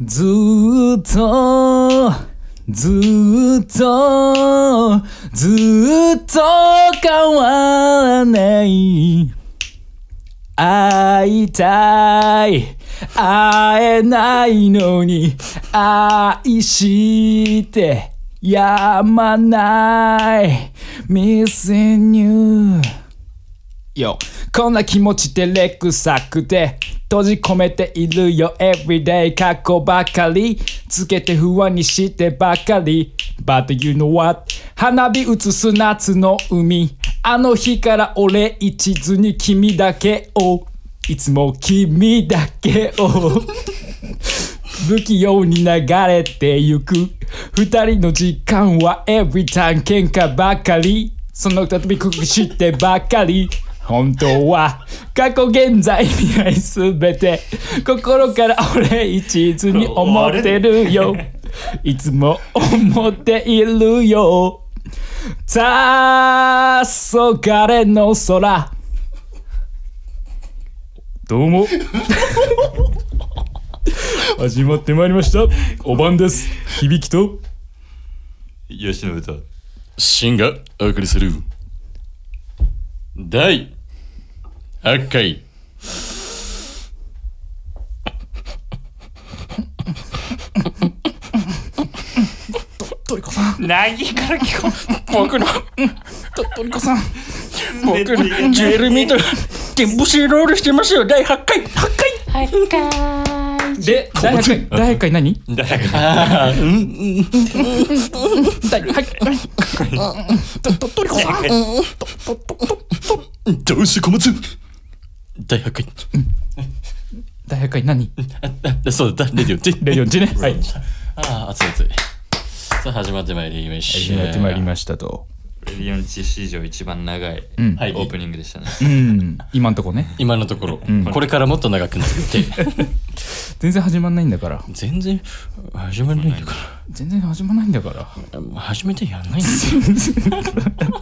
ずーっとずーっとずーっと変わらない会いたい会えないのに愛してやまない Missing you よこんな気持ち照れくさくて閉じ込めているよ Everyday 過去ばかりつけて不安にしてばかり But you know what 花火映す夏の海あの日から俺一途に君だけをいつも君だけを不器用に流れてゆく二人の時間は Every time 喧嘩ばかりその再びくしてばかり本当は過去現在未来すべて心から俺一途に思ってるよいつも思っているよ黄昏の空どうも始まってまいりましたおばんです響と吉野歌シンがお送りする第8回トリコさん何から聞こ僕のトリコさん僕のジェルミーとテンポシーロールしてますよ第8回で第8回何誰か第8回トリコさんどうして小松第8回第8回何そうだレディオンチレディオンチねはいああ熱い熱いさあ始まってまいりました始まってまいりましたとレディオンチ史上一番長いうんはいオープニングでしたね。 うん今んとこね今のところ、 んこれからもっと長くなって全然始まんないんだから全然始まらないんだか全然始まんないんだからら始めてやんないんだよ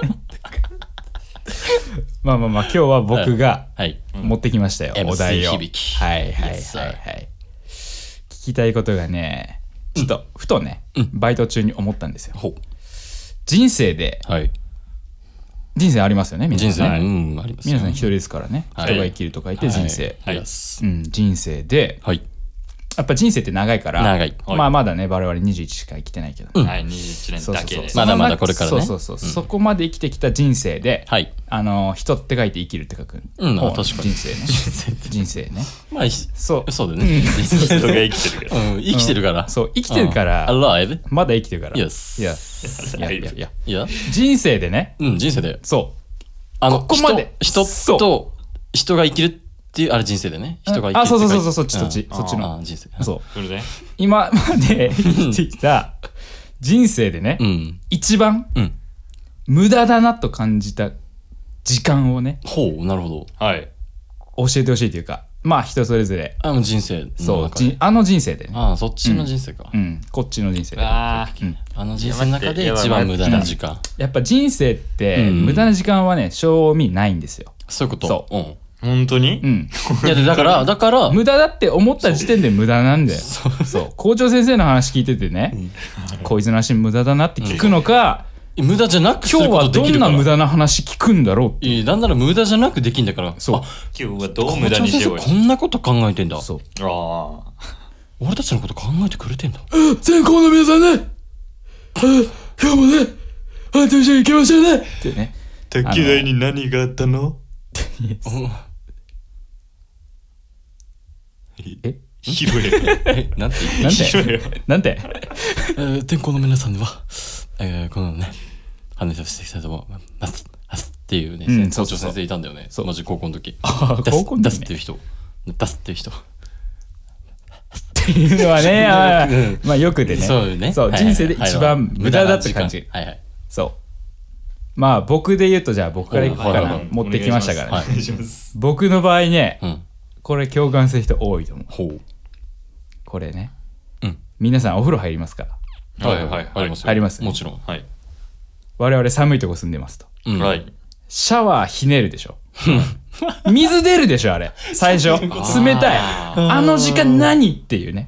まあ今日は僕がはい持ってきましたよ、お MC 題を響きはいはいはい Yes, は sir. い聞きたいことがねちょっとふとね、バイト中に思ったんですよほう人生ではい人生ありますよね皆さん人ね生ありますよ皆さん一人ですからね、 はい人が生きると書いて人生、 はい人生ではいやっぱ人生って長いから長いまあまだね我々21しか生きてないけど、 はい、21年だけで。 まだまだこれからねそう、そこまで生きてきた人生で、 はい人って書いて生きるって書くうん方の確かに人生ね人生ねまあそうそうだね人が生きてるから。 生きてるからそう生きてるから alive まだ生きてるから Yes いやいや人生でね人生でそうここまで人と人が生きるっていうあれ人生でね人が生きるって書いてそっちそっちの人生そうそれで今まで生きてきた人生でね、 うん一番うん無駄だなと感じた時間をねほうなるほどはい。 教えてほしいというかまあ人それぞれ人生そうの中であの人生でねそっちの人生かこっちの人生でああの人生の中で一番無駄な時間やっぱ人生ってうん無駄な時間はね賞味ないんですよそういうことそううんあ、本当にいやだから無駄だって思った時点で無駄なんだよそう校長先生の話聞いててねこいつの話無駄だなって聞くのか無駄じゃなくす今日ることはどんなできるから無駄な話聞くんだろうっていやなんなら無駄じゃなくできんだからそう今日はどう無駄にしようよ校長先生。こんなこと考えてんだそうあ俺たちのこと考えてくれてんだ全校の皆さんね今日もねあんた一緒に行きましょうねってねあ。時代に何があったのえひろえ。 なんてなんひろえよ。 てなんて天候の皆さんは、このね、話をしてきたと思う。っていうね、校長先生いたんだよね。 そうマジ高校の時。 高校の時ね出すっていう人。出すっていう人。 っていうのはねまあよくでねそうね。 そう人生で一番無駄だって感じはいはい。 そうまあ僕で言うとじゃあ僕からいくかはない持ってきましたからねお願いします。 僕の場合ねうん。 これ共感する人多いと思うほう。 これねうん。 皆さんお風呂入りますかはいはいはいありますよ。 ありますもちろん。 はい。 我々寒いとこ住んでますとうんはい。 シャワーひねるでしょ水出るでしょあれ最初冷たいあの時間何っていうね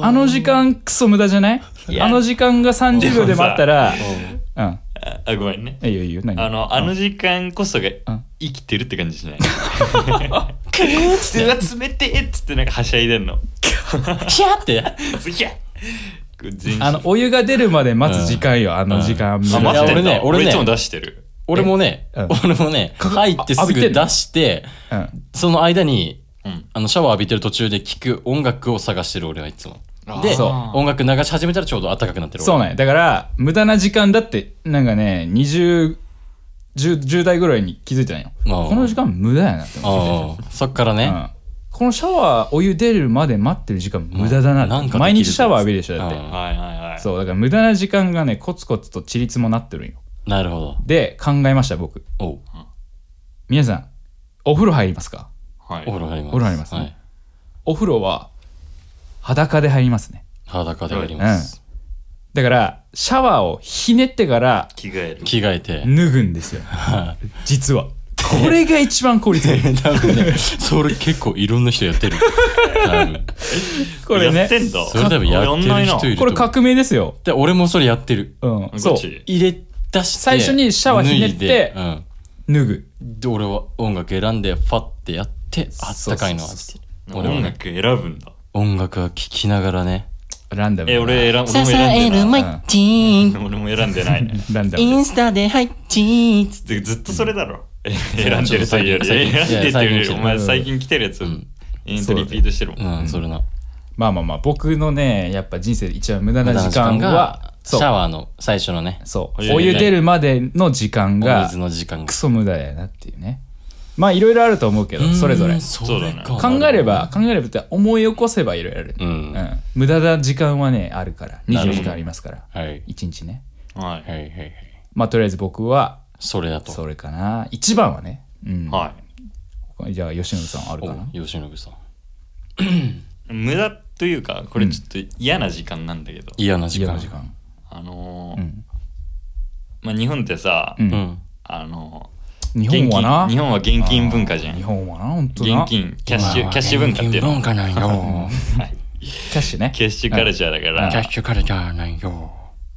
あの時間クソ無駄じゃない？あの時間が30秒で待ったら、うん。 あ、ごめんね。 いいよいいよ、何？ あの時間こそが生きてるって感じしない？ クーッつってうわ冷てえっつってなんかはしゃいでんの。 シャーっていやお湯が出るまで待つ時間よ、あの時間。 あ、待ってんだ。 俺ね俺いつも出してる。 俺もね入ってすぐ出して、その間にシャワー浴びてる途中で聴く音楽を探してる俺はいつも。で、音楽流し始めたらちょうど暖かくなってる。 そうね。だから無駄な時間だってなんかね、10代ぐらいに気づいてないよ。この時間無駄やなって思って。 そっからね、 このシャワーお湯出るまで待ってる時間無駄だなって。毎日シャワー浴びるでしょだって。そうだから無駄な時間がねコツコツとちりつもなってるんよ。 なるほど。 で考えました僕。皆さんお風呂入りますか？ はい。 お風呂入ります。 お風呂入りますね。お風呂は裸で入りますね。 裸で入ります。 だからシャワーをひねってから着替えて脱ぐんですよ。実はこれが一番効率がいい。 多分ね、それ結構いろんな人やってる。 これね。 やってんだ。 それ多分やってる人いる。 これ革命ですよ。 で俺もそれやってる。 そう。 入れ出して最初にシャワーひねって脱ぐ。 で俺は音楽選んでファってやってあったかいのを浴びてる。 音楽選ぶんだ。 音楽は聴きながらね。 ランダム。 俺も選んでない。俺も選んでないね。 ランダム。 インスタで入っちーずっとそれだろ。選んでるというより選んでっていうよりお前最近来てるやつエントリピートしてるもん。 それな。 まあ僕のねやっぱ人生で一番無駄な時間はシャワーの最初のね。 そうお湯出るまでの時間がクソ無駄やなっていうね。まあいろいろあると思うけどそれぞれそうだね。 考えればって思い起こせばいろいろある。無駄な時間はねあるから24時間ありますから1日ね。まあとりあえず僕はそれかな。一番はね。じゃあ吉野さんあるかな。 吉野さん無駄というかこれちょっと嫌な時間なんだけど。 嫌な時間。 まあ日本ってさ日本は現金文化じゃん。 日本はな本当な。 現金キャッシュ文化っていうの。 文化なんよ。 キャッシュね。 キャッシュカルチャーだから。 キャッシュカルチャーなんよ。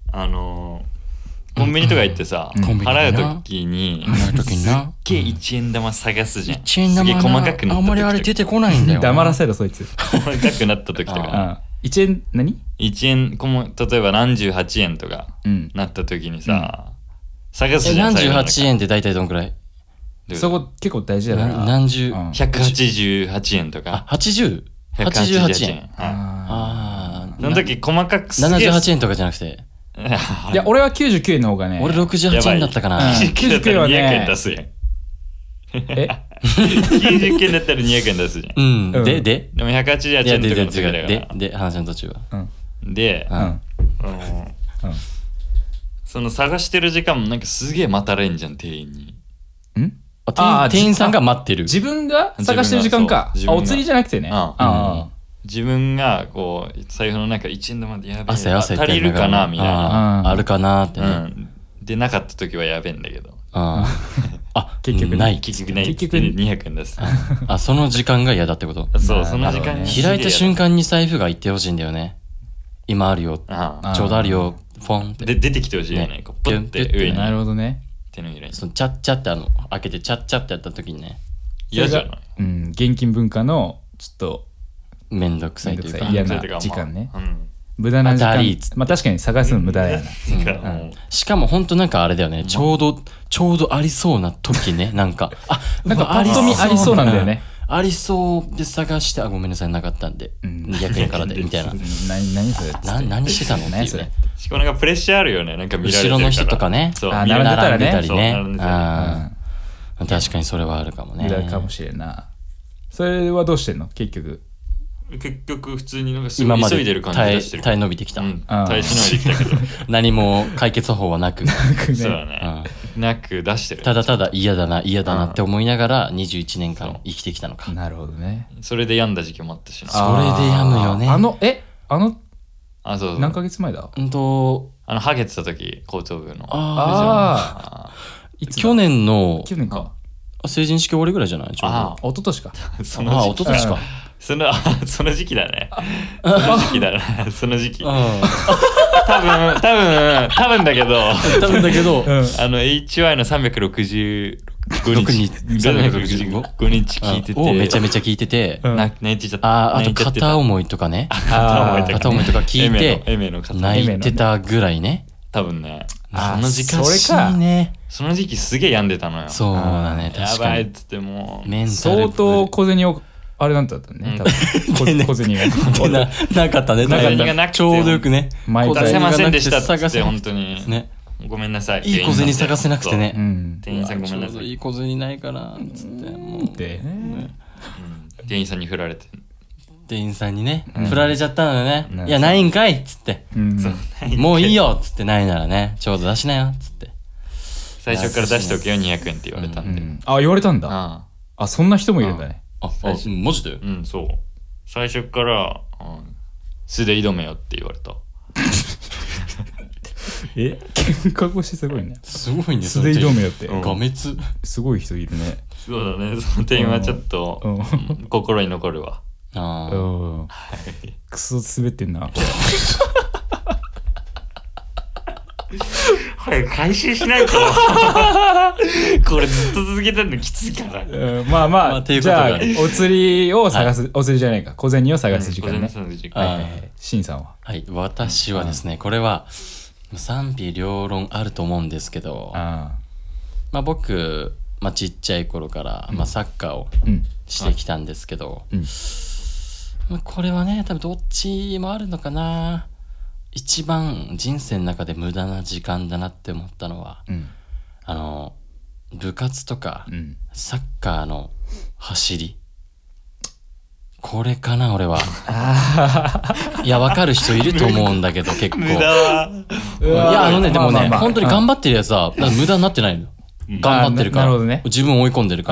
コンビニとか行ってさ、払うときにすっげえ1円玉探すじゃん。 1円玉細かくなった時とか。 あんまりあれ出てこないんだよ。 黙らせろそいつ。 細かくなった時とか。 1円何 ?1 円、例えば何十8円とかなった時にさ、探すじゃん。 何十8円って大体どんくらい？ そこ結構大事だから。 何十 188円とか。 80？ 88円。 その時細かく 78円とかじゃなくて。 いや俺は99円の方がね。 俺68円だったかな。 99円はね200円出すやん。99円だったら200円出すじゃん。 でも188円とかの時だからで話の途中はでその探してる時間もなんかすげえ待たれんじゃん店員に。 店員さんが待ってる。 自分が探してる時間か。お釣りじゃなくてね。 自分がこう財布の中1円玉でやべえ足りるかなみたいな。 あるかなってね。 でなかった時はやべえんだけど。 結局ない。結局ないって200円です。 その時間が嫌だってこと？ そうその時間開いた瞬間に財布が言ってほしいんだよね。今あるよ。ちょうどあるよ。フォンって。 で出てきてほしいよね。こうポッて上に。 なるほどね。 手のひらに。 チャッチャって開けてチャッチャってやった時にね。 嫌じゃない？ 現金文化のちょっとめんどくさいというか嫌な時間ね。無駄な時間。まあ確かに探すの無駄やな。 しかもほんとなんかあれだよね。ちょうどありそうな時ね。なんかパッと見ありそうなんだよね。 ありそうで探してごめんなさいなかったんで200円からでみたいな。 何それ？ 何してたのっていうね。 しかもなんかプレッシャーあるよね。なんか見られてるから。 後ろの人とかね。 並んでたらね。確かにそれはあるかもね。 無駄かもしれんな。それはどうしてんの結局？ 結局普通になんかすごい急いでる感じ出してる。 耐え伸びてきた。 耐え忍びてきたけど何も解決法はなくそうだね。なく出してる。 ただただ嫌だなって思いながら21年間生きてきたのか。 なるほどね。 それで病んだ時期もあったしな。 それで病むよね。 そう何ヶ月前だ？ ハゲてた時後頭部の。 去年か。 成人式終わりぐらいじゃない？ちょうど。 一昨年か。 一昨年か。 その時期だね。その時期だな。その時期。多分だけど、HY の365日聞いてて、 めちゃめちゃ聞いてて、 泣いてちゃった。 あと片思いとかね。片思いとか聞いて、泣いてたぐらいね。 多分ね。 その時期ね。 その時期すげえ病んでたのよ。 そうだね、確かに。 やばいっつってもう。 相当小銭を、あれなんだったね。多分小銭が。 なかったね。ちょうどよくね。 出せませんでしたって、本当に。 ね。 ごめんなさい。 いい小銭探せなくてね。 店員さんごめんなさい。 いい小銭ないかな、つって。 店員さんに振られて。 店員さんにね、振られちゃったのよね。いや、ないんかいっつって。もういいよっつって、ないならね、ちょうど出しなよっつって。 最初から出しておけよ、200円って言われたんで。 あ、言われたんだ。あ、そんな人もいるんだね。 マジで？ そう。最初から、素で挑めよって言われた。 喧嘩腰すごいね。 すごいね。 素で挑めよって。 画滅。 すごい人いるね。 そうだね。その店員はちょっと心に残るわ。 クソ滑ってんな。 早く回収しないと。これずっと続けてるのきついから。 まあ、じゃあお釣りを探す、お釣りじゃないか、小銭を探す時間ね。シンさんは？ はい、私はですね、これは賛否両論あると思うんですけど、僕、ちっちゃい頃からサッカーをしてきたんですけど、これはね、多分どっちもあるのかな。一番人生の中で無駄な時間だなって思ったのは、部活とか、サッカーの走り、これかな俺は。いや、分かる人いると思うんだけど、結構。 無駄は。 いや、でもね、本当に頑張ってるやつは無駄になってないの。頑張ってるから、自分を追い込んでるから。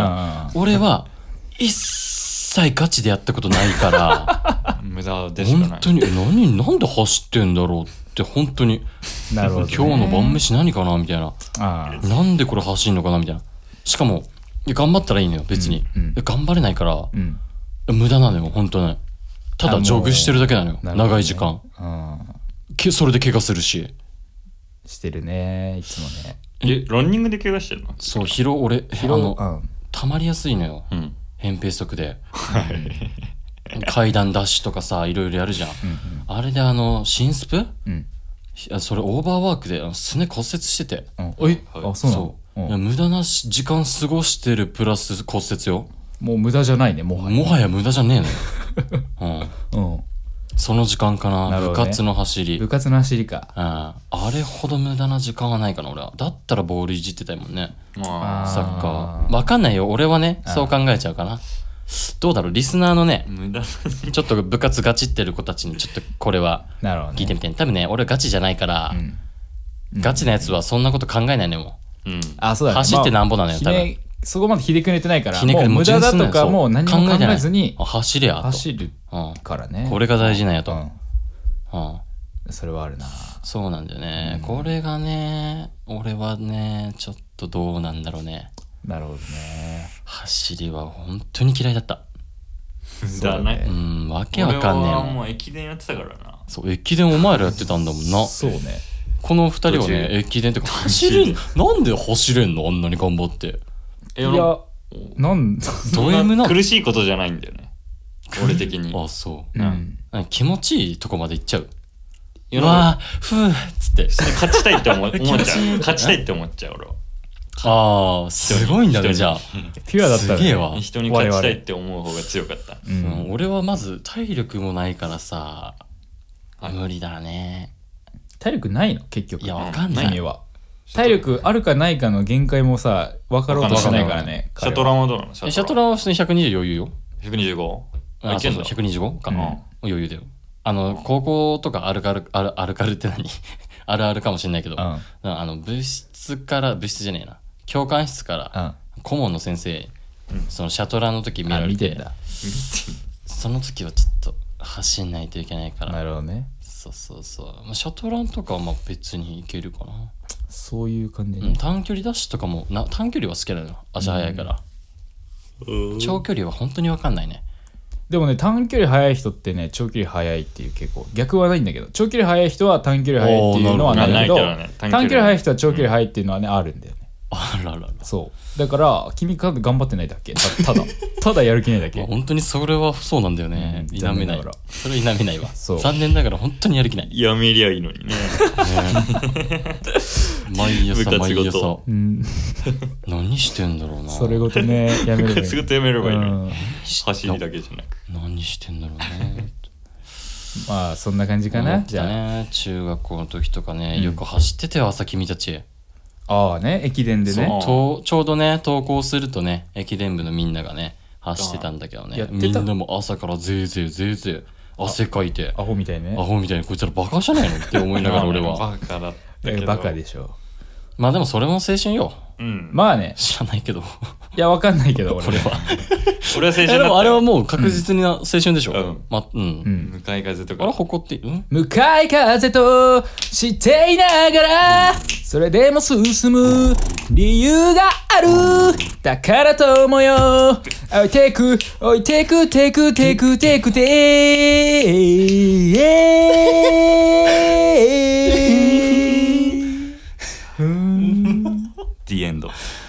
俺は一切ガチでやったことないから無駄でしかない。 本当になんで走ってんだろうって本当に。 なるほど、ね、 今日の晩飯何かなみたいな。なんでこれ走んのかなみたいな。しかも頑張ったらいいのよ別に、頑張れないから、無駄なのよ本当ね。ただジョグしてるだけなのよ、長い時間。それで怪我するし。 してるねいつもね。 ランニングで怪我してるの？ そう、俺溜まりやすいのよ、扁平足で。階段ダッシュとかさ、いろいろやるじゃん。あれで新スプ、それオーバーワークですね骨折してて。そうなの？無駄な時間過ごしてるプラス骨折よ。 もう無駄じゃないね、もはや無駄じゃねえのよ。その時間かな。部活の走り。 部活の走りか。 あれほど無駄な時間はないかな俺は。だったらボールいじってたもんね、サッカー。わかんないよ俺はね、そう考えちゃうかな。どうだろう、リスナーのね、ちょっと部活ガチってる子たちにちょっとこれは聞いてみて、多分ね俺ガチじゃないから、ガチなやつはそんなこと考えないのよ。 そうだね、 走ってなんぼなのよ多分。 そこまでひねくれてないから、もう無駄だとかもう何も考えずに走れやと。 走るからね。 これが大事なんやと。 それはあるな。 そうなんだよね。これがね、俺はねちょっとどうなんだろうね。 なるほどね。 走りは本当に嫌いだった。 だね。 わけわかんねえ俺はもう駅伝やってたからな。 そう、駅伝お前らやってたんだもんな。 そうね。 この二人はね、駅伝ってか走れん、なんで走れんのあんなに頑張って。 いや、 ド M な苦しいことじゃないんだよね俺的に。 そう、気持ちいいとこまで行っちゃう。うわふーっつって勝ちたいって思っちゃう。勝ちたいって思っちゃう俺は。 すごいんだねじゃあ。 ピュアだったらすげえわ。 人に勝ちたいって思う方が強かった。 俺はまず体力もないからさ、無理だね。 体力ないの結局。 いや、わかんない。 君は体力あるかないかの限界もさ分かろうとしないからね。 シャトランはどうなの？ シャトランは普通に120余裕よ。 125？ あ、そうそう、125か。余裕だよ。高校とかあるって何あるあるかもしれないけど、部室じゃねえな、教官室から顧問の先生、そのシャトランの時見られて、その時はちょっと走んないといけないから。 なるほどね。 そうシャトランとかはまあ別にいけるかな。 そういう感じね。 短距離ダッシュとかも短距離は好きなのよ、足速いから。長距離は本当に分かんないね。 でもね短距離速い人ってね長距離速いっていう傾向逆はないんだけど長距離速い人は短距離速いっていうのはないけど短距離速い人は長距離速いっていうのはねあるんだよね。 あららら。 そうだから君が頑張ってないだけただやる気ないだけ。 本当にそれはそうなんだよね。否めない。それ否めないわ。 そう残念ながら本当にやる気ない。 やめりゃいいのにね。 毎朝、 うん何してんだろうな。 それごとねやめればいい。 仕事やめればいいのに。走りだけじゃなく。 何してんだろうね。 まあそんな感じかな。じゃあね、中学校の時とかね、よく走ってたよ朝君たち。 ああね駅伝でね。 ちょうどね登校するとね駅伝部のみんながね走ってたんだけどね、みんなも朝からぜいぜい汗かいてアホみたいね。 アホみたいにこいつらバカじゃないのって思いながら俺はバカだったけど。 バカでしょ。 まあでもそれも青春よ。 まあね知らないけどいやわかんないけど俺は俺は青春だった。 でもあれはもう確実な青春でしょ。 向かい風とか。 あれ誇って向かい風としていながらそれでも進む理由があるだから友よ置いてく The end。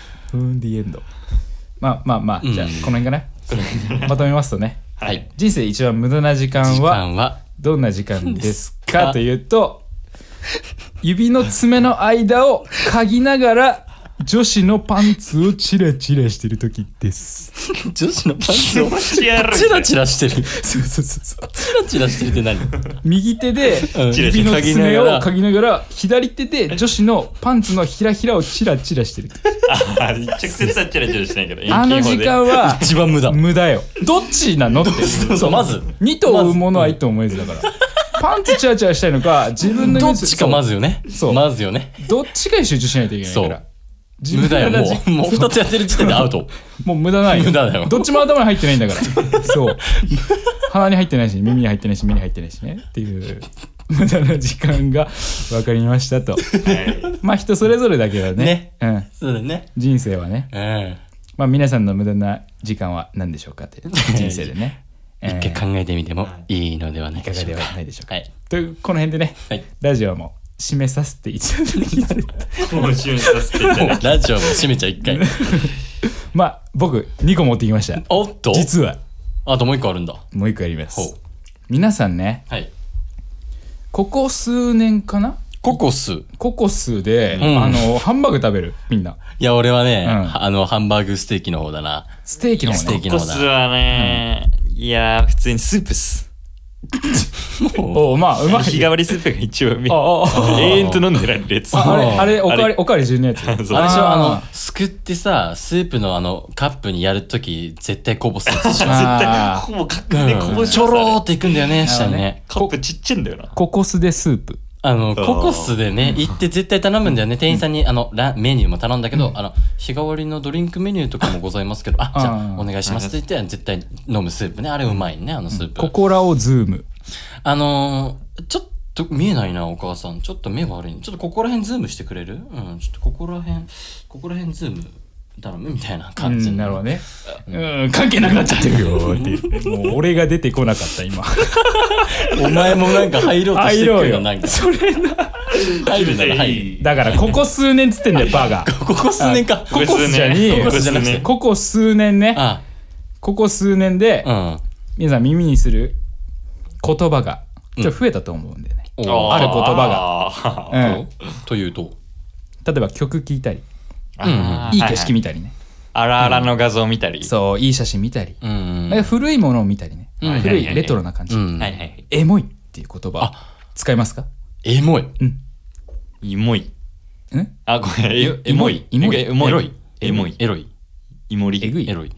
The end。まあ、じゃあこの辺かな。まとめますとね、 はい、 人生で一番無駄な時間はどんな時間ですかというと指の爪の間を嗅ぎながら女子のパンツをチラチラしてる時です。 女子のパンツをチラチラしてる。そうチラチラしてるって何？ 右手で指の爪を嗅ぎながら左手で女子のパンツのひらひらをチラチラしてる。 直接はチラチラしてないけどあの時間は一番無駄よ。どっちなのってそうまず 2頭追うものは1頭もえずだからパンツチラチラしたいのか自分のどっちかまずよね。まずよね。 どっちかに集中しないといけないから無駄よ。もう2つやってる時点でアウト。 もう無駄ないよ。 無駄だよ。 どっちも頭に入ってないんだからそう鼻に入ってないし耳に入ってないし目に入ってないしねっていう無駄な時間が分かりましたと、まあ人それぞれだけどね、 そうだね。 人生はね、まあ皆さんの無駄な時間は何でしょうかという人生でね一回考えてみてもいいのではないでしょうか。 いかがではないでしょうか。というこの辺でね、ラジオも締めさせていただきます。 もう締めさせていただきラジオも締めちゃう一回。 まあ僕2個持ってきました。 おっと実はあともう1個あるんだ。 もう1個あります。皆さんね、ここ数年かな、ココスで、ハンバーグ食べるみんな。 いや俺はね、ハンバーグステーキの方だな。 ステーキの方ね。ココスはね、いや普通にスープっす。 まあうまい。 日替わりスープが一番永遠と飲んでられるやつ。 あれおかわり順のやつ。 あれでしょ、すくってさスープのカップにやるとき絶対こぼすやつでしょ。絶対ほぼ角でこぼしちょろーっていくんだよね下にね。 カップちっちゃいんだよな。 ココスでスープ。 ココスでね行って絶対頼むんだよね。店員さんにメニューも頼んだけど、日替わりのドリンクメニューとかもございますけど、じゃあお願いしますって言って絶対飲むスープね。あれうまいねスープ。 ココラをズーム。 ちょっと見えないなお母さん。ちょっと目悪い。ちょっとここら辺ズームしてくれる？ちょっとここら辺ズーム頼むみたいな感じ。 なるほどね。関係なくなっちゃってるよっていう。もう俺が出てこなかった今。 お前もなんか入ろうとしてくるよ。なんかそれな。 入るなら入る。 だからここ数年つってんだよバカ。 ここ数年か。 ココスじゃねえよ。ここ数年ね。ここ数年で皆さん耳にする言葉がちょっと増えたと思うんだよね。ある言葉が。 というと例えば曲聴いたり、いい景色見たりね。 あらあらの画像見たり。 そういい写真見たり。古いものを見たりね。古いレトロな感じ。エモいっていう言葉使いますか？ エモい。 エモい。あごめん。エモい。 エモい。エロい。 エモい。 エロい。 イモリ。 エグい。 エロい。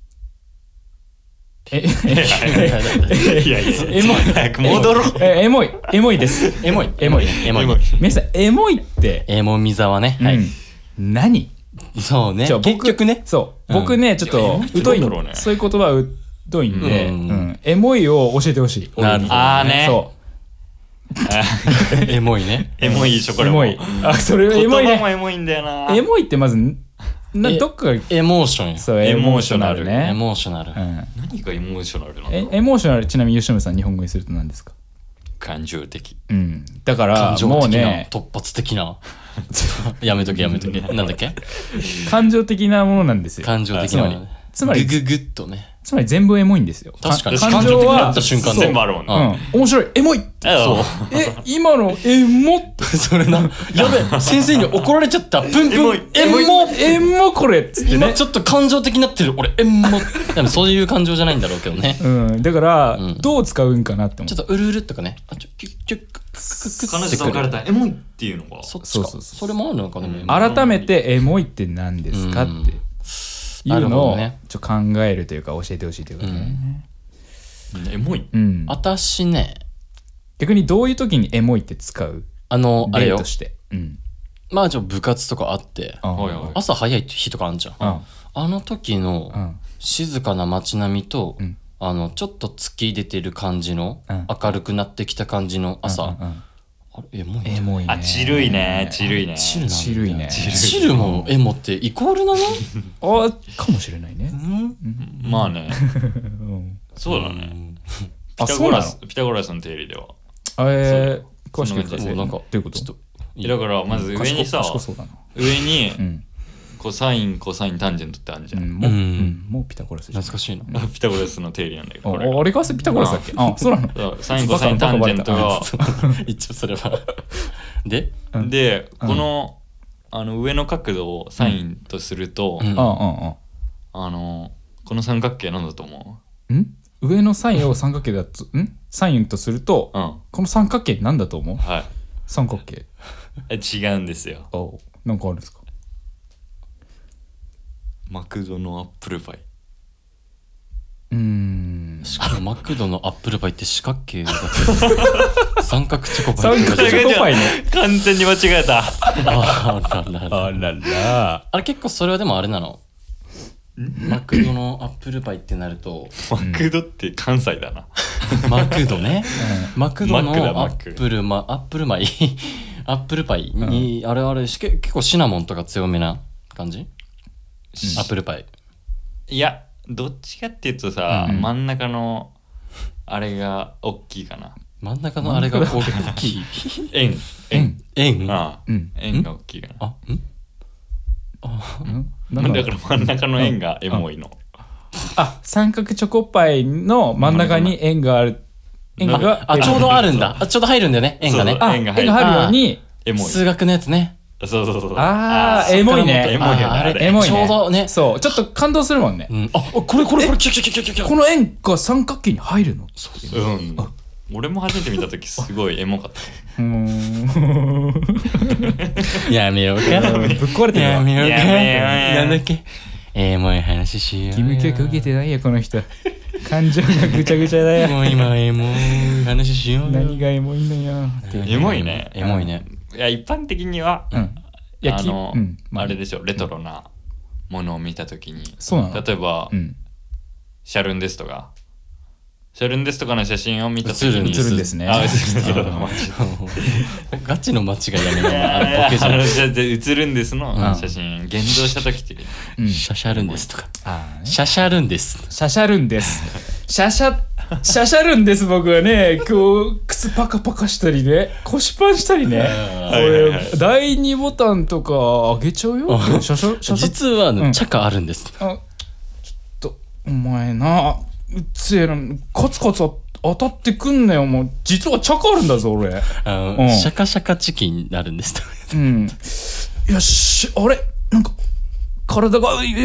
いやエモい。早く戻ろう。 エモいです。 エモい。 皆さんエモいってエモみざわね。 何？ そうね。結局ね。 そう僕ねちょっと疎いそういう言葉は疎いんでエモいを教えてほしい。 ああね。 そう。 エモいね。 エモいショコラ。 エモい。それエモいね。 言葉もエモいんだよな。 エモいってまずどっかエモーションよ。 そうエモーショナルね。 エモーショナル。 何がエモーショナルなの？ エモーショナル、ちなみに吉野さん日本語にすると何ですか？ 感情的。 だからもうね、 突発的なやめとけなんだっけ？ 感情的なものなんですよ。 感情的な。 つまりググッとね。 つまり全部エモいんですよ。 確かに感情は瞬間全部あるもんね。 面白い、エモい。 そう。 今のエモってそれな。やべ、先生に怒られちゃった。プンプン。 エモこれっつってね。 今ちょっと感情的になってる。俺エモ。でもそういう感情じゃないんだろうけどね。 だからどう使うんかなって思う。 ちょっとうるうるとかね。 彼女と別れたエモいっていうのが。 そう。それもあるのかね。 改めてエモいって何ですかっていうのをちょっと考えるというか教えてほしいというかね。 エモい。 私ね。 逆にどういう時にエモいって使う？ あれよ。 として。 まあ部活とかあって朝早い日とかあんじゃん。あの時の静かな街並みとちょっと突き出てる感じの明るくなってきた感じの朝。エモいね。 チルいね。 チルいね。 チルもエモってイコールなの？ かもしれないね。 まあね。そうだね。ピタゴラスの定理では。 詳しく言って。なんかどういうこと？ だからまず上にさ、上にコサインコサインタンジェントってあるじゃん。 もうピタゴラス。 懐かしいな。 ピタゴラスの定理なんだけど。 あれがピタゴラスだっけ？そうなの。 サインコサインタンジェントが一応それはでこの上の角度をサインとするとこの三角形なんだと思う？上のサインを三角形だとサインとするとこの三角形なんだと思う？ はい。 三角形。 違うんですよ。 なんかあるんですか？ マクドのアップルパイ。 しかもマクドのアップルパイって四角形だけ三角チョコパイ。 三角チョコパイね。 完全に間違えた。 あらら。 あれ結構それはでもあれなの？マクドのアップルパイってなるとマクドって関西だな。 マクドね。マクドのアップルパイにあれ結構シナモンとか強めな感じ？アップルパイ。 いやどっちかっていうとさ、真ん中のあれが大きいかな。 真ん中のあれが大きい。 円が大きいかな。だから真ん中の円がエモいの。 三角チョコパイの真ん中に円がある。円がちょうどあるんだ。ちょうど入るんだよね。円がね。 円が入るように数学のやつね。 そう。 エモいね。 エモいね。 ちょうどね。 そう、ちょっと感動するもんね。 これ。この円が三角形に入るの？ 俺も初めて見た時すごいエモかった。 やめようか。 ぶっ壊れてるわ。 やめようか。なんだっけ？エモい話しよう。 義務教育受けてないよこの人。感情がぐちゃぐちゃだよ。 もう今エモい話しよう。 何がエモいのよ。 エモいね。 エモいね。 いや一般的にはあれでしょ、レトロなものを見た時に、例えばシャルンですとかの写真を見た時に映るんですね。 ガチの間違いやめな。ボケじゃん。 映るんですの写真現像した時ってシャシャルンですとか。シャシャルンです。 シャシャルンです。シャシャルンです。僕はね、靴パカパカしたりね、腰パンしたりね。第2ボタンとか上げちゃうよ。 実はチャカあるんです。 ちょっとお前な。うっつえな、コツコツ当たってくんなよ。もう実はチャカあるんだぞ俺。 シャカシャカチキンになるんです。 よし、あれなんか体がジ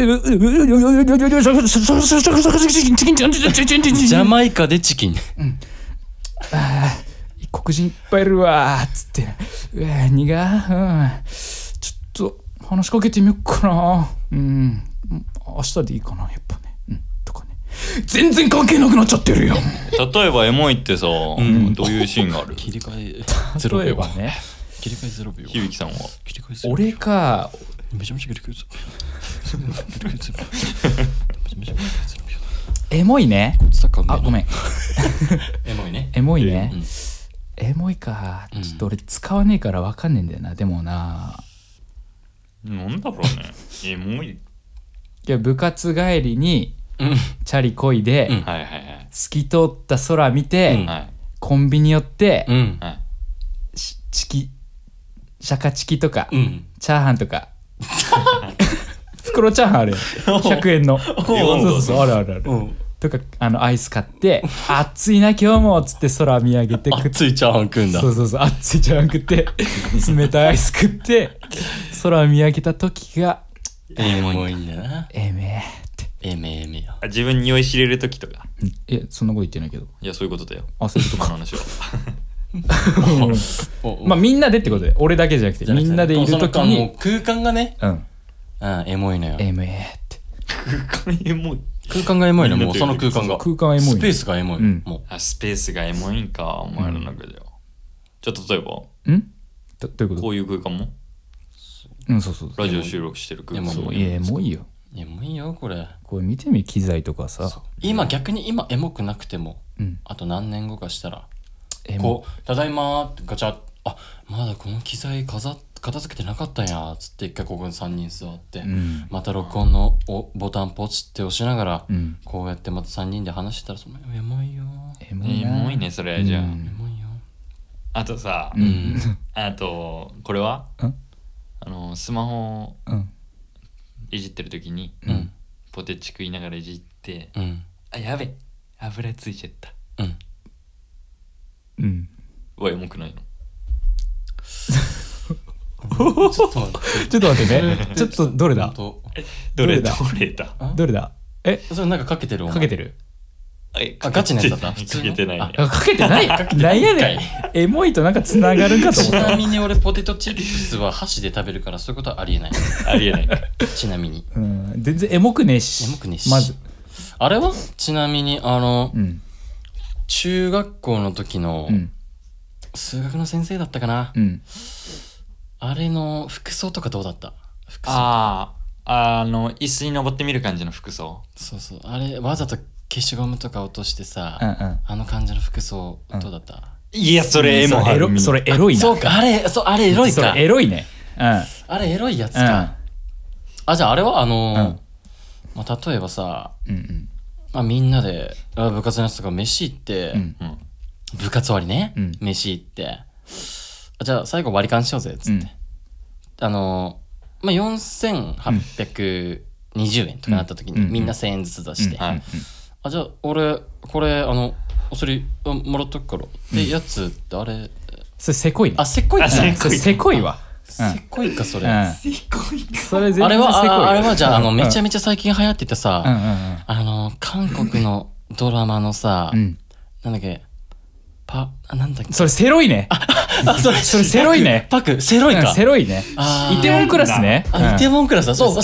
ャマイカでチキン。 黒人いっぱいいるわーっつって、苦ちょっと話しかけてみよっかな。明日でいいかなやっぱね。全然関係なくなっちゃってるよ。 例えばエモいってさ、どういうシーンがある？ 切り替えゼロ秒ね。切り替えゼロ秒。 響さんは？ 切り替えゼロ秒。 俺か。 めちゃめちゃ切り替えゼロ秒。エモいね。ごめん。 エモいね。 エモいね。エモいか。ちょっと俺使わねえからわかんねえんだよな。でもな。 なんだろうね。エモい。 いや部活帰りにチャリこいで、 うんはいはいはい。 透き通った空見て、 うんはい。 コンビニ寄って、 はい。 シャカチキとか、 うんチャーハンとか袋チャーハンあるやん100円のそうあるあるある、 うんとかアイス買って暑いな今日もっつって空見上げて熱いチャーハン食うんだ。 そう暑いチャーハン食って冷たいアイス食って空見上げた時がエモいんだな。 えめーってエメエメよ。 自分に酔いしれる時とか。 そんなこと言ってないけどいや、そういうことだよ。 そういうことかこの話は。 まあみんなでってことで俺だけじゃなくてみんなでいる時にもう空間がね、エモいのよ。 えめーって空間エモい。 空間がエモいの、もうその空間が。 空間がエモいスペースがエモい。もう。 スペースがエモいんか、お前らの中では。ちょっと例えばどういうことこういう空間もそうラジオ収録してる空間も。 エモいよ。 エモいよ、これ。 これ見てみ、機材とかさ。 逆に今エモくなくても、あと何年後かしたら、ただいまーってガチャッ、まだこの機材片付けてなかったんやつって一回ここに3人座って、また録音のボタンポチって押しながら、こうやってまた3人で話してたらエモいよ。 エモいね、それじゃあ。エモいよ。 あとさ、あとこれはスマホいじってる時にポテチ食いながらいじって、やべ油ついちゃった。はエモくないの？ ちょっと待ってね。ちょっとどれだ？ どれだ？ それなんかかけてる？ かけてる？ ガチなやつだった？ かけてないね。 かけてない？なんやねん。エモいとなんかつながるんかと思った。 ちなみに俺ポテトチップスは箸で食べるからそういうことはありえない。 ありえない。 ちなみに。 全然エモくねえし。まず。 あれはちなみに中学校の時の数学の先生だったかな。あれの服装とかどうだった？ 椅子に登ってみる感じの服装。 そうそう。あれわざと消しゴムとか落としてさ、あの感じの服装どうだった？ いや、それエモい。 それエロいな。 そうか、あれエロいか。 それエロいね。 あれエロいやつか。じゃああれは例えばさ、みんなで部活のやつとか飯行って、部活終わりね、飯行って、じゃあ最後割り勘しようぜっつって、4820円とかなった時にみんな1000円ずつ出して、じゃあ俺これお釣りもらっとくからでやつってあれそれせこいね。 せこいか。 せこいわ。 せこいかそれ。 それ全然せこい。あれはじゃあめちゃめちゃ最近流行っててさ、韓国のドラマのさ、なんだっけなんだっけ。 それセロいね。それセロいね。 パクセロいか。 セロいね。イテウォンクラスね。 イテウォンクラスだ。そう。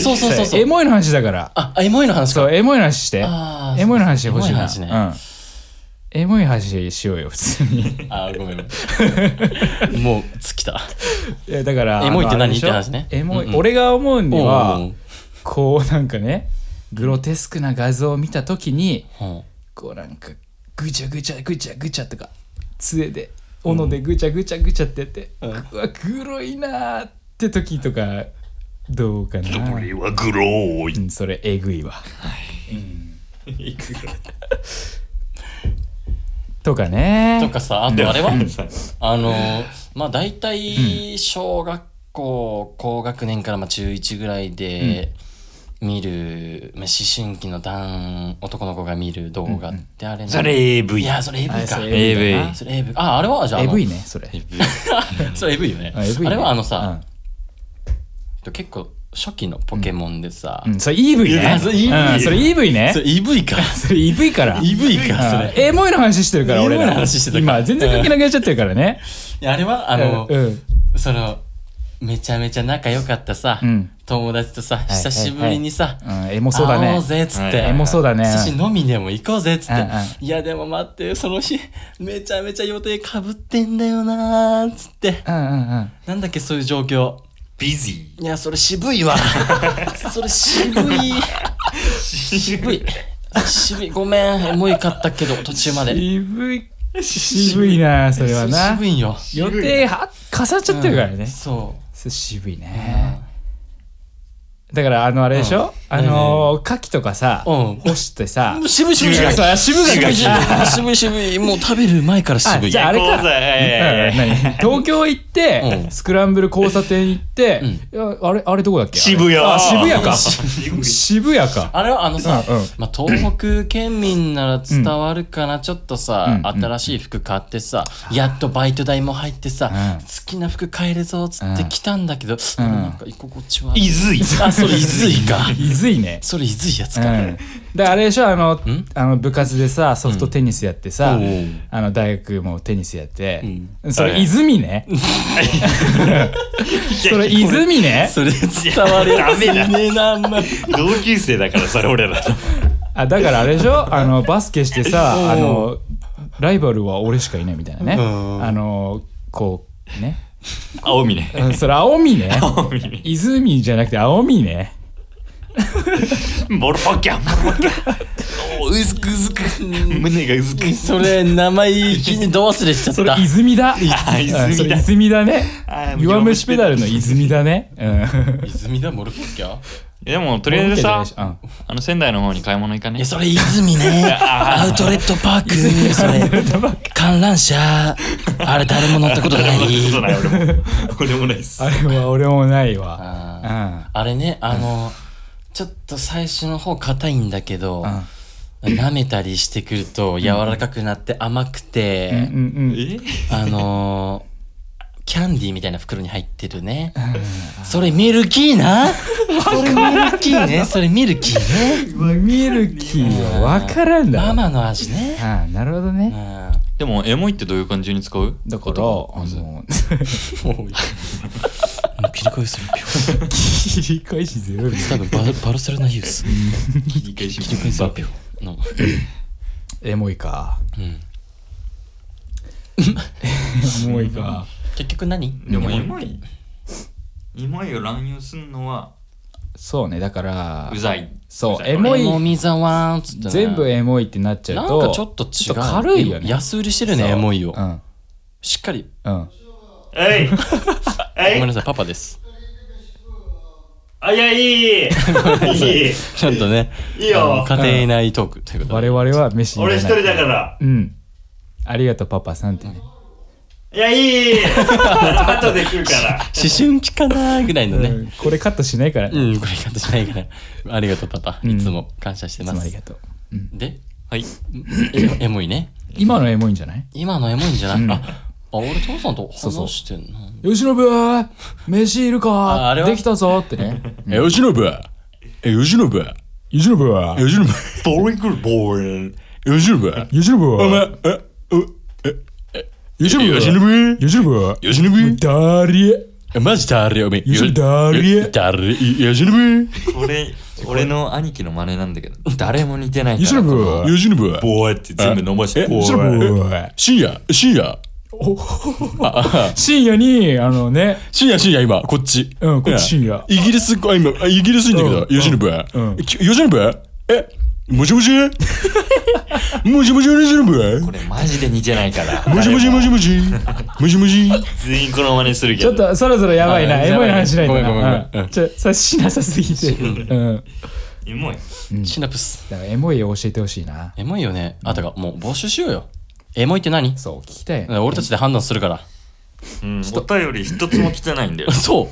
エモいの話だから。 エモいの話か。 そう、エモいの話して。エモいの話欲しいな。エモい話しようよ普通に。 ごめん。もう尽きた。 だからエモいって何って話ね。 エモい。俺が思うにはこうなんかねグロテスクな画像を見た時にこうなんかぐちゃぐちゃとか杖で斧でぐちゃぐちゃってやってうわグロいなーって時とかどうかな。 それはグローい。 それえぐいわ。とかね。 とかさ、あとあれは大体小学校高学年から中1ぐらいで見る思春期の男の子が見る動画ってあれね。 それ AV。 いや、それ AV か。 AV。 それ AV。あれはじゃあ AV ね、それ。 それ AV よね。あれはさ、結構初期のポケモンでさ、 それ EV ね。それ EV ね。 それ EV か。 それ EV から。 EV か、それ。 エモいの話してるから、俺ら。 エモいの話してた今、全然関係なくなっちゃってるからね。 いや、あれは、めちゃめちゃ仲良かったさ、友達とさ、久しぶりにさ、 エモそうだね。 会おうぜ、つって。 エモそうだね。 久し飲みでも行こうぜ、つって。いや、でも待って、その日、めちゃめちゃ予定かぶってんだよなー、つって。なんだっけ、そういう状況。 ビジー。いや、それ渋いわ。それ渋い。渋い。ごめん、エモいかったけど、途中まで。 渋いな、それはな。 渋いよ。 予定重なっちゃってるからね。 そう。 渋いね。 だからあれでしょ、牡蠣とかさ、干してさ、 渋い渋い渋いもう食べる前から渋い。 じゃああれか、東京行ってスクランブル交差点行って、あれどこだっけ？ 渋谷。 渋谷か。渋谷か。 あれはさ、東北県民なら伝わるかな、ちょっとさ、新しい服買ってさ、やっとバイト代も入ってさ、好きな服買えるぞっつって来たんだけど、なんか居心地は。 いずい。 それいずいか。 いずいね。 それいずいやつか。 だからあれでしょ、部活でさソフトテニスやってさ、大学もテニスやって、それ泉ね。それ泉ね。 それ伝わるやつねえな、あんま。 同級生だからそれ俺ら。 だからあれでしょ、バスケしてさ、ライバルは俺しかいないみたいなね。こうね。 青みね。 それ青みね。泉じゃなくて青みね。 ボロパッキャンうずくうずく胸がうずく。 それ名前ど忘れしちゃった。 それ泉だ。それ泉だね。弱虫ペダルの泉だね。 泉だモルフォッキャ。 でもとりあえずさ、仙台の方に買い物行かね。 それ泉ね。アウトレットパーク。それ観覧車。あれ誰も乗ったことない。 俺もないっす。 あれは俺もないわ。 あれね、ちょっと最初の方硬いんだけど、舐めたりしてくると柔らかくなって甘くて、キャンディーみたいな袋に入ってるね。それミルキーな。それミルキーね。それミルキーね。 ミルキーは分からんだ。 ママの味ね。 なるほどね。 でもエモいってどういう感じに使う？ だから切り返する。 切り返しゼロ。 多分バルセロナユース。切り返する。 エモいか。エモいか。 結局何？ でもエモいを乱用すんのはそうね、だからうざい。 そうエモい。 全部エモいってなっちゃうとなんかちょっと違う。 軽いよね。 安売りしてるねエモいを。しっかり。 ごめんなさい、パパです。 いや、いいちゃんとね、 いいよ。 家庭内トークということで。 我々は飯に俺一人だから。 ありがとうパパさんってね。 いや、いい後で来るから。 思春期かなぐらいのね。 これカットしないからね。 これカットしないから。ありがとうパパ。いつも感謝してます。 ありがとう。 で、 はい。 エモいね。 今のエモいんじゃない？ 今のエモいんじゃない？俺父さんと話してんの。 吉信飯いるかできたぞってね。 吉信ボーリングボール吉信マジだれおめこれ俺の兄貴の真似なんだけど誰も似てないから吉信ボーって全部伸ばして深夜深夜に深夜今こっちこっち深夜イギリス今イギリスいいんだけど吉信もしもしもしもしこれマジで似てないからもしもし全員この真似するけどちょっとそろそろやばいなエモいの話しないとなさしなさすぎてエモいシナプスだからエモいを教えてほしいな。 エモいよね。だからもう募集しようよ。エモいって何？ そう聞きたい。 俺たちで判断するから。 お便り一つも来てないんだよ。 そう。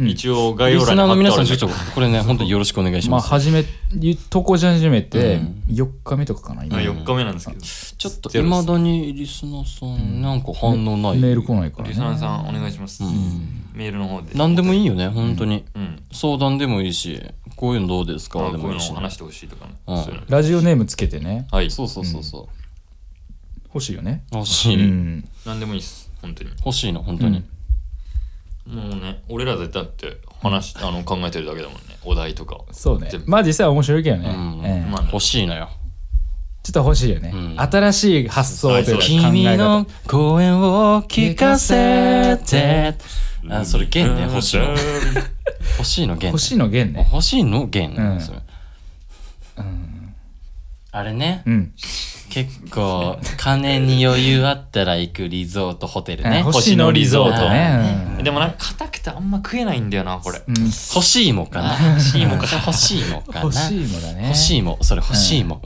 一応概要欄にリスナーの皆さんちょっとこれね本当によろしくお願いします。 投稿し始めて4日目とかかな今。 4日目なんですけどちょっと未だにリスナーさんなんか反応ない。 メール来ないからね。 リスナーさんお願いします。メールの方で何でもいいよね本当に。相談でもいいしこういうのどうですかでもいいし話してほしいとかね。 ラジオネームつけてね。 はいそう欲しいよね。 欲しい。 何でもいいです本当に。 欲しいの本当に。 もうね俺ら絶対って考えてるだけだもんねお題とか。 そうね。まあ実際面白いけどね。 欲しいのよ。 ちょっと欲しいよね。新しい発想というか考え方。 君の声を聞かせて。それ弦ね欲しいの。欲しいの弦。 欲しいの弦ね。 欲しいの弦。あれね。 結構金に余裕あったら行くリゾートホテルね。 星野リゾートね。 でもなんか硬くてあんま食えないんだよなこれ。 欲しいもかな。欲しいもかな。欲しいもかな。 欲しいもだね。 欲しいも、それ欲しいも。うん。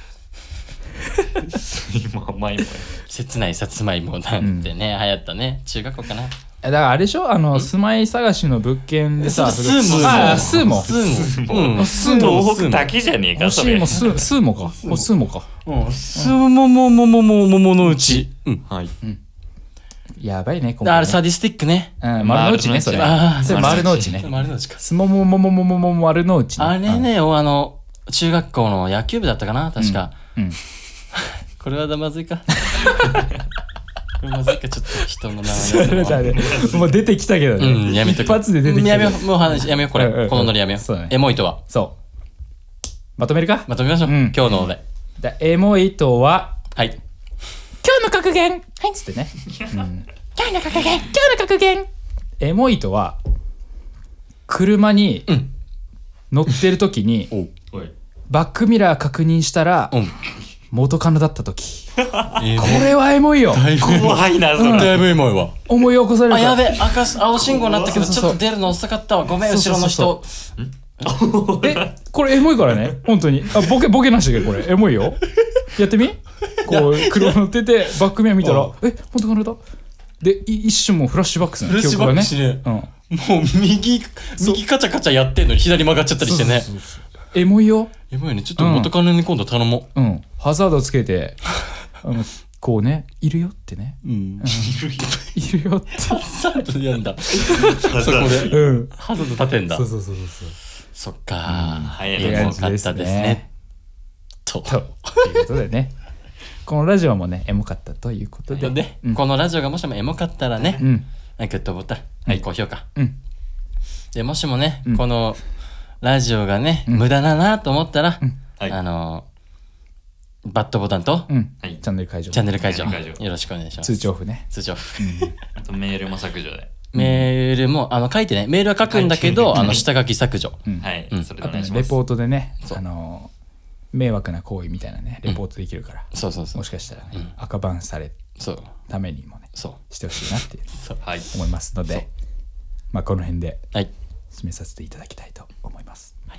甘いもん。 切ないさつまいもなんてね、流行ったね。中学校かな。 だからあれでしょ住まい探しの物件でさ、 スーモ。 東北だけじゃねえかそれ。 スーモか。スーモか。 スーモものうち。 はい。 やばいね。 あれサディスティックね。 丸の内ねそれ。それ丸の内ね。 丸の内か。 スモモモモモモモ丸の内。 あれね、中学校の野球部だったかな確か。これはまずいか。これまずいか、ちょっと人の名前もう出てきたけどね。 やめと一発で出てきた。 やめよう、もう話やめよう、これ。このノリやめよう。エモいとは。 そう。まとめるか。 まとめましょう。今日ので。 エモいとは、 はい。 今日の格言はいつってね。今日の格言エモいとは、車に乗ってる時に、バックミラー確認したら、元カノだった時。これはエモいよ。 怖いなそれ。 だいぶエモいわ。 思い起こされる。 やべ、青信号になったけどちょっと出るの遅かったわ。ごめん後ろの人。 これエモいからね本当に。ボケなしでこれエモいよ。やってみ。こう車乗っててバックミラー見たら元カノだ。で一瞬もうフラッシュバックする。 フラッシュバックしね。もう右カチャカチャやってんのに左曲がっちゃったりしてね。 エモいよ。 エモいね。ちょっと元カノに今度頼もう。ハザードつけてこうね、いるよってね。いるよって。 ハザードやんだ。そこで。ハザード立てんだ。 そう。 そっか。 エモかったですね。ということでね。このラジオもね、エモかったということで。 このラジオがもしもエモかったらね、グッドボタン、高評価。で、もしもね、このラジオがね、無駄だなと思ったら、バッドボタンと、 チャンネル解除。 よろしくお願いします。 通知オフね。 あとメールも削除で。 メールも書いてね、メールは書くんだけど、下書き削除。 はい。それでお願いします。 レポートでね、迷惑な行為みたいなね、レポートできるから。もしかしたらね、赤バンされるためにもね、してほしいなって思いますので、まあこの辺で締めさせていただきたいと思います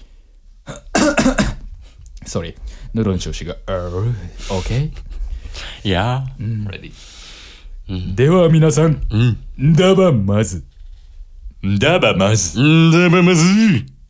。Sorry、喉の調子がOK？ いやー、 では皆さん、だばまず。